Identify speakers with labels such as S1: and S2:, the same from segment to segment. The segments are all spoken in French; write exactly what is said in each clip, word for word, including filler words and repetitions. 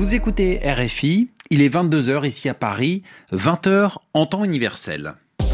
S1: Vous écoutez R F I, il est vingt-deux heures ici à Paris, vingt heures en temps universel.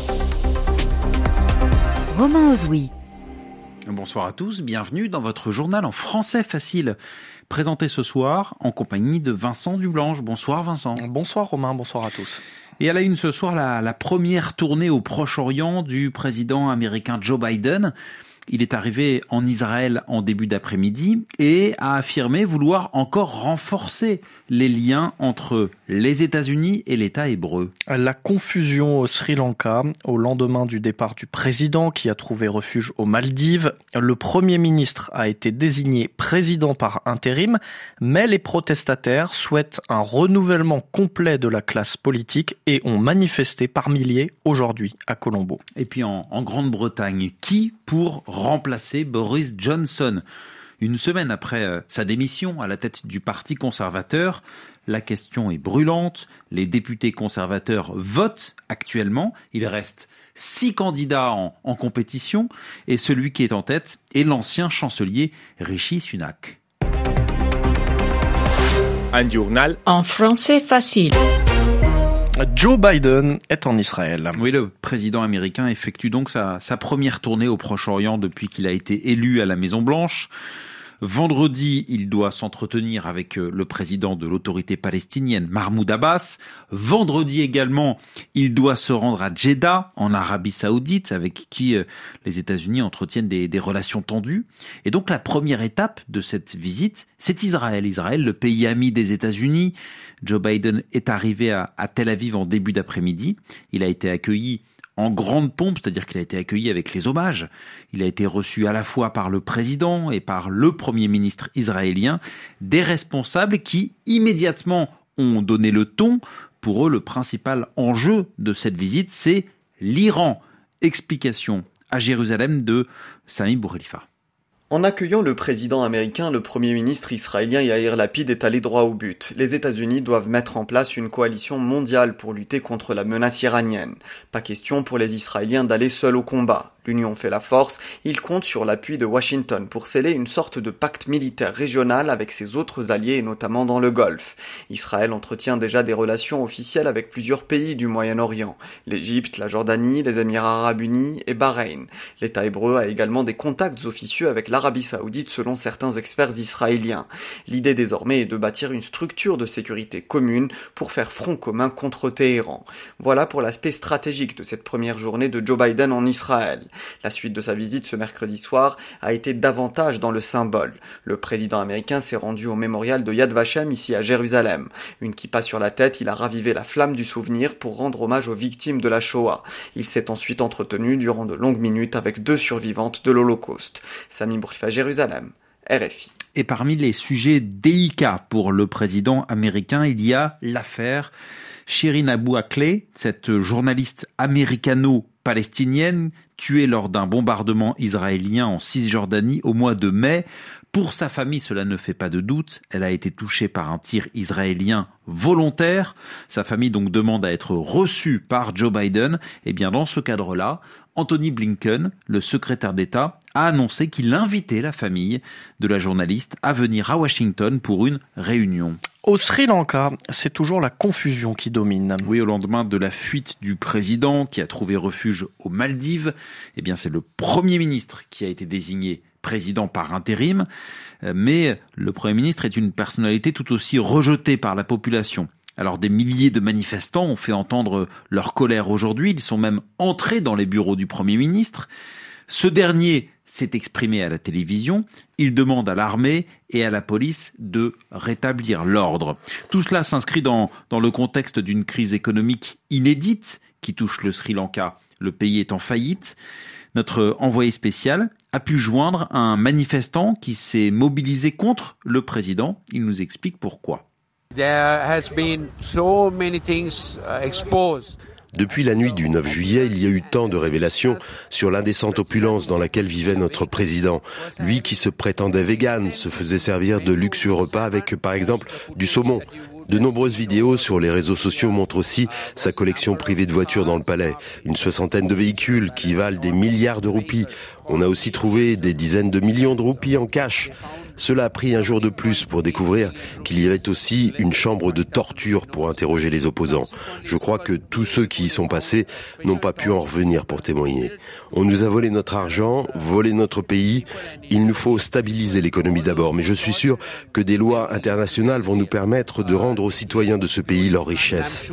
S2: Romain Ozoui.
S1: Bonsoir à tous, bienvenue dans votre journal en français facile, présenté ce soir en compagnie de Vincent Dublanche. Bonsoir Vincent.
S3: Bonsoir Romain, bonsoir à tous.
S1: Et à la une ce soir, la, la première tournée au Proche-Orient du président américain Joe Biden. Il est arrivé en Israël en début d'après-midi et a affirmé vouloir encore renforcer les liens entre les États-Unis et l'État hébreu.
S3: La confusion au Sri Lanka au lendemain du départ du président qui a trouvé refuge aux Maldives. Le Premier ministre a été désigné président par intérim, mais les protestataires souhaitent un renouvellement complet de la classe politique et ont manifesté par milliers aujourd'hui à Colombo.
S1: Et puis en, en Grande-Bretagne, qui pour remplacer Boris Johnson? Une semaine après euh, sa démission à la tête du Parti conservateur, la question est brûlante. Les députés conservateurs votent actuellement. Il reste six candidats en, en compétition et celui qui est en tête est l'ancien chancelier Rishi Sunak.
S4: Un journal
S2: en français facile.
S3: Joe Biden est en Israël.
S1: Oui, le président américain effectue donc sa, sa première tournée au Proche-Orient depuis qu'il a été élu à la Maison-Blanche. Vendredi, il doit s'entretenir avec le président de l'autorité palestinienne, Mahmoud Abbas. Vendredi également, il doit se rendre à Jeddah, en Arabie Saoudite, avec qui les États-Unis entretiennent des, des relations tendues. Et donc la première étape de cette visite, c'est Israël. Israël, le pays ami des États-Unis. Joe Biden est arrivé à, à Tel Aviv en début d'après-midi. Il a été accueilli en grande pompe, c'est-à-dire qu'il a été accueilli avec les hommages. Il a été reçu à la fois par le président et par le premier ministre israélien, des responsables qui, immédiatement, ont donné le ton. Pour eux, le principal enjeu de cette visite, c'est l'Iran. Explication à Jérusalem de Sami Boukhelifa.
S5: En accueillant le président américain, le premier ministre israélien Yair Lapid est allé droit au but. Les États-Unis doivent mettre en place une coalition mondiale pour lutter contre la menace iranienne. Pas question pour les Israéliens d'aller seuls au combat. L'Union fait la force, ils comptent sur l'appui de Washington pour sceller une sorte de pacte militaire régional avec ses autres alliés et notamment dans le Golfe. Israël entretient déjà des relations officielles avec plusieurs pays du Moyen-Orient, l'Égypte, la Jordanie, les Émirats arabes unis et Bahreïn. L'État hébreu a également des contacts officieux avec l'Arabie saoudite selon certains experts israéliens. L'idée désormais est de bâtir une structure de sécurité commune pour faire front commun contre Téhéran. Voilà pour l'aspect stratégique de cette première journée de Joe Biden en Israël. La suite de sa visite ce mercredi soir a été davantage dans le symbole. Le président américain s'est rendu au mémorial de Yad Vashem ici à Jérusalem. Une kippa sur la tête, il a ravivé la flamme du souvenir pour rendre hommage aux victimes de la Shoah. Il s'est ensuite entretenu durant de longues minutes avec deux survivantes de l'Holocauste. Sami Boukhelifa, Jérusalem, R F I.
S1: Et parmi les sujets délicats pour le président américain, il y a l'affaire Shirin Abu Akleh, cette journaliste américano-palestinienne tuée lors d'un bombardement israélien en Cisjordanie au mois de mai. Pour sa famille, cela ne fait pas de doute. Elle a été touchée par un tir israélien volontaire. Sa famille donc demande à être reçue par Joe Biden. Et bien dans ce cadre-là, Anthony Blinken, le secrétaire d'État, a annoncé qu'il invitait la famille de la journaliste à venir à Washington pour une réunion.
S3: Au Sri Lanka, c'est toujours la confusion qui domine.
S1: Oui, au lendemain de la fuite du président qui a trouvé refuge aux Maldives, eh bien c'est le Premier ministre qui a été désigné président par intérim, mais le Premier ministre est une personnalité tout aussi rejetée par la population. Alors des milliers de manifestants ont fait entendre leur colère aujourd'hui, ils sont même entrés dans les bureaux du Premier ministre. Ce dernier s'est exprimé à la télévision, il demande à l'armée et à la police de rétablir l'ordre. Tout cela s'inscrit dans, dans le contexte d'une crise économique inédite qui touche le Sri Lanka. Le pays est en faillite. Notre envoyé spécial a pu joindre un manifestant qui s'est mobilisé contre le président. Il nous explique pourquoi.
S6: There has been so many things exposed.
S7: Depuis la nuit du neuf juillet, il y a eu tant de révélations sur l'indécente opulence dans laquelle vivait notre président. Lui qui se prétendait vegan, se faisait servir de luxueux repas avec, par exemple, du saumon. De nombreuses vidéos sur les réseaux sociaux montrent aussi sa collection privée de voitures dans le palais. Une soixantaine de véhicules qui valent des milliards de roupies. On a aussi trouvé des dizaines de millions de roupies en cash. Cela a pris un jour de plus pour découvrir qu'il y avait aussi une chambre de torture pour interroger les opposants. Je crois que tous ceux qui y sont passés n'ont pas pu en revenir pour témoigner. On nous a volé notre argent, volé notre pays. Il nous faut stabiliser l'économie d'abord, mais je suis sûr que des lois internationales vont nous permettre de rendre aux citoyens de ce pays leur richesse.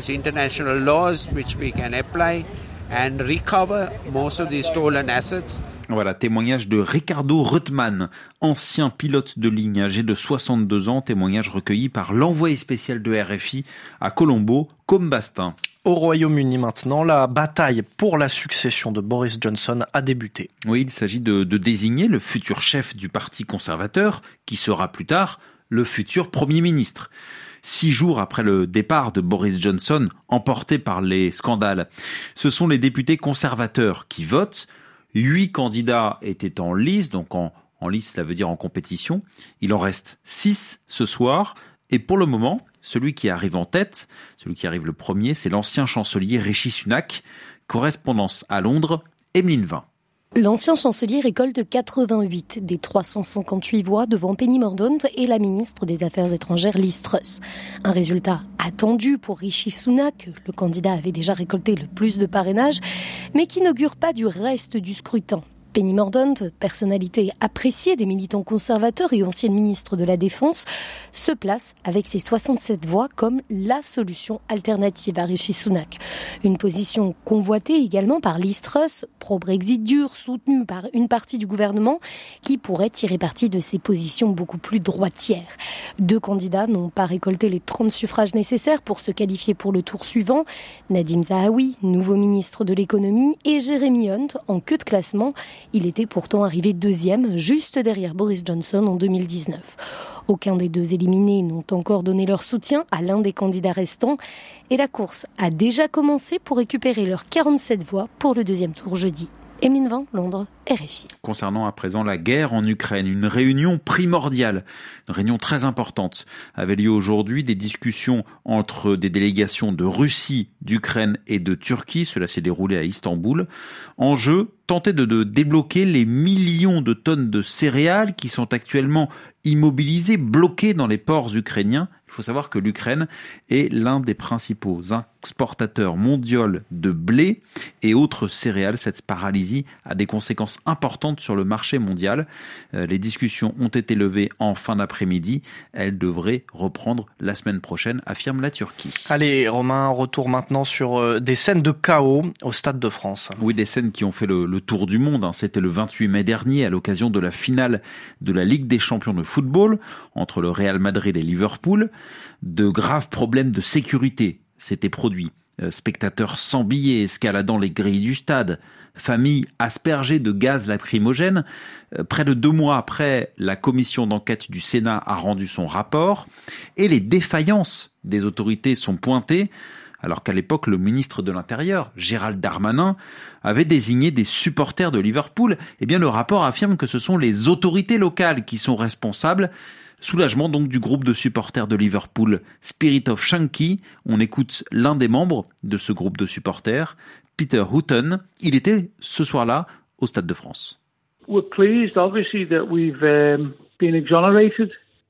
S6: And recover most of these stolen assets.
S1: Voilà, témoignage de Ricardo Reutemann, ancien pilote de ligne âgé de soixante-deux ans, témoignage recueilli par l'envoyé spécial de R F I à Colombo, Côme Bastin.
S3: Au Royaume-Uni maintenant, la bataille pour la succession de Boris Johnson a débuté.
S1: Oui, il s'agit de, de désigner le futur chef du Parti conservateur, qui sera plus tard le futur Premier ministre. Six jours après le départ de Boris Johnson, emporté par les scandales, ce sont les députés conservateurs qui votent. Huit candidats étaient en lice, donc en, en lice, cela veut dire en compétition. Il en reste six ce soir. Et pour le moment, celui qui arrive en tête, celui qui arrive le premier, c'est l'ancien chancelier Rishi Sunak. Correspondance à Londres, Emeline Vin.
S4: L'ancien chancelier récolte quatre-vingt-huit des trois cent cinquante-huit voix devant Penny Mordaunt et la ministre des Affaires étrangères Liz Truss. Un résultat attendu pour Rishi Sunak, le candidat avait déjà récolté le plus de parrainages, mais qui n'augure pas du reste du scrutin. Penny Mordaunt, personnalité appréciée des militants conservateurs et ancienne ministre de la Défense, se place avec ses soixante-sept voix comme la solution alternative à Rishi Sunak. Une position convoitée également par Liz Truss, pro-Brexit dur, soutenue par une partie du gouvernement, qui pourrait tirer parti de ses positions beaucoup plus droitières. Deux candidats n'ont pas récolté les trente suffrages nécessaires pour se qualifier pour le tour suivant. Nadim Zahawi, nouveau ministre de l'économie, et Jeremy Hunt, en queue de classement. Il était pourtant arrivé deuxième, juste derrière Boris Johnson en deux mille dix-neuf. Aucun des deux éliminés n'ont encore donné leur soutien à l'un des candidats restants. Et la course a déjà commencé pour récupérer leurs quarante-sept voix pour le deuxième tour jeudi. Emeline Vin, Londres, R F I.
S1: Concernant à présent la guerre en Ukraine, une réunion primordiale, une réunion très importante, avait lieu aujourd'hui. Des discussions entre des délégations de Russie, d'Ukraine et de Turquie. Cela s'est déroulé à Istanbul. En jeu, tenter de, de débloquer les millions de tonnes de céréales qui sont actuellement immobilisées, bloquées dans les ports ukrainiens. Il faut savoir que l'Ukraine est l'un des principaux exportateurs mondiaux de blé et autres céréales. Cette paralysie a des conséquences importantes sur le marché mondial. Les discussions ont été levées en fin d'après-midi. Elles devraient reprendre la semaine prochaine, affirme la Turquie.
S3: Allez, Romain, retour maintenant sur des scènes de chaos au Stade de France.
S1: Oui, des scènes qui ont fait le, le tour du monde. C'était le vingt-huit mai dernier, à l'occasion de la finale de la Ligue des champions de football entre le Real Madrid et Liverpool. De graves problèmes de sécurité s'étaient produits. Euh, spectateurs sans billets escaladant les grilles du stade, familles aspergées de gaz lacrymogène. Euh, près de deux mois après, la commission d'enquête du Sénat a rendu son rapport et les défaillances des autorités sont pointées, alors qu'à l'époque, le ministre de l'Intérieur, Gérald Darmanin, avait désigné des supporters de Liverpool. Eh bien, le rapport affirme que ce sont les autorités locales qui sont responsables. Soulagement donc du groupe de supporters de Liverpool, Spirit of Shanky. On écoute l'un des membres de ce groupe de supporters, Peter Hutton. Il était ce soir-là au Stade de France.
S8: We're pleased, obviously, that we've um, been exonerated.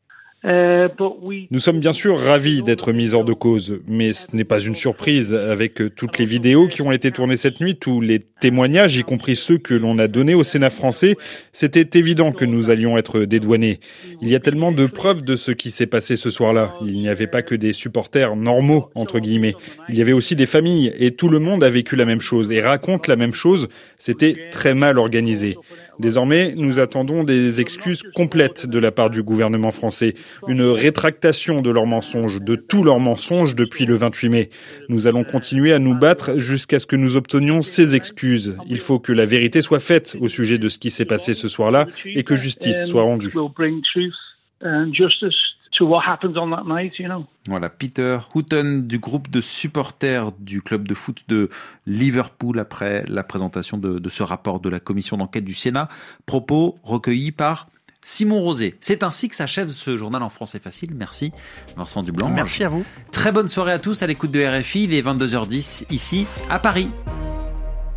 S8: Uh, but we...
S9: Nous sommes bien sûr ravis d'être mis hors de cause, mais ce n'est pas une surprise avec toutes les vidéos qui ont été tournées cette nuit, tous les témoignages, y compris ceux que l'on a donnés au Sénat français. C'était évident que nous allions être dédouanés. Il y a tellement de preuves de ce qui s'est passé ce soir-là. Il n'y avait pas que des supporters normaux, entre guillemets. Il y avait aussi des familles et tout le monde a vécu la même chose et raconte la même chose. C'était très mal organisé. Désormais, nous attendons des excuses complètes de la part du gouvernement français, une rétractation de leurs mensonges, de tous leurs mensonges depuis le vingt-huit mai. Nous allons continuer à nous battre jusqu'à ce que nous obtenions ces excuses. Il faut que la vérité soit faite au sujet de ce qui s'est passé ce soir-là et que justice soit rendue.
S1: Voilà, Peter Hutton du groupe de supporters du club de foot de Liverpool après la présentation de, de ce rapport de la commission d'enquête du Sénat. Propos recueillis par Simon Rosé. C'est ainsi que s'achève ce journal en français facile. Merci Vincent Dublanc.
S3: Merci à vous.
S1: Très bonne soirée à tous à l'écoute de R F I. Il est vingt-deux heures dix ici à Paris.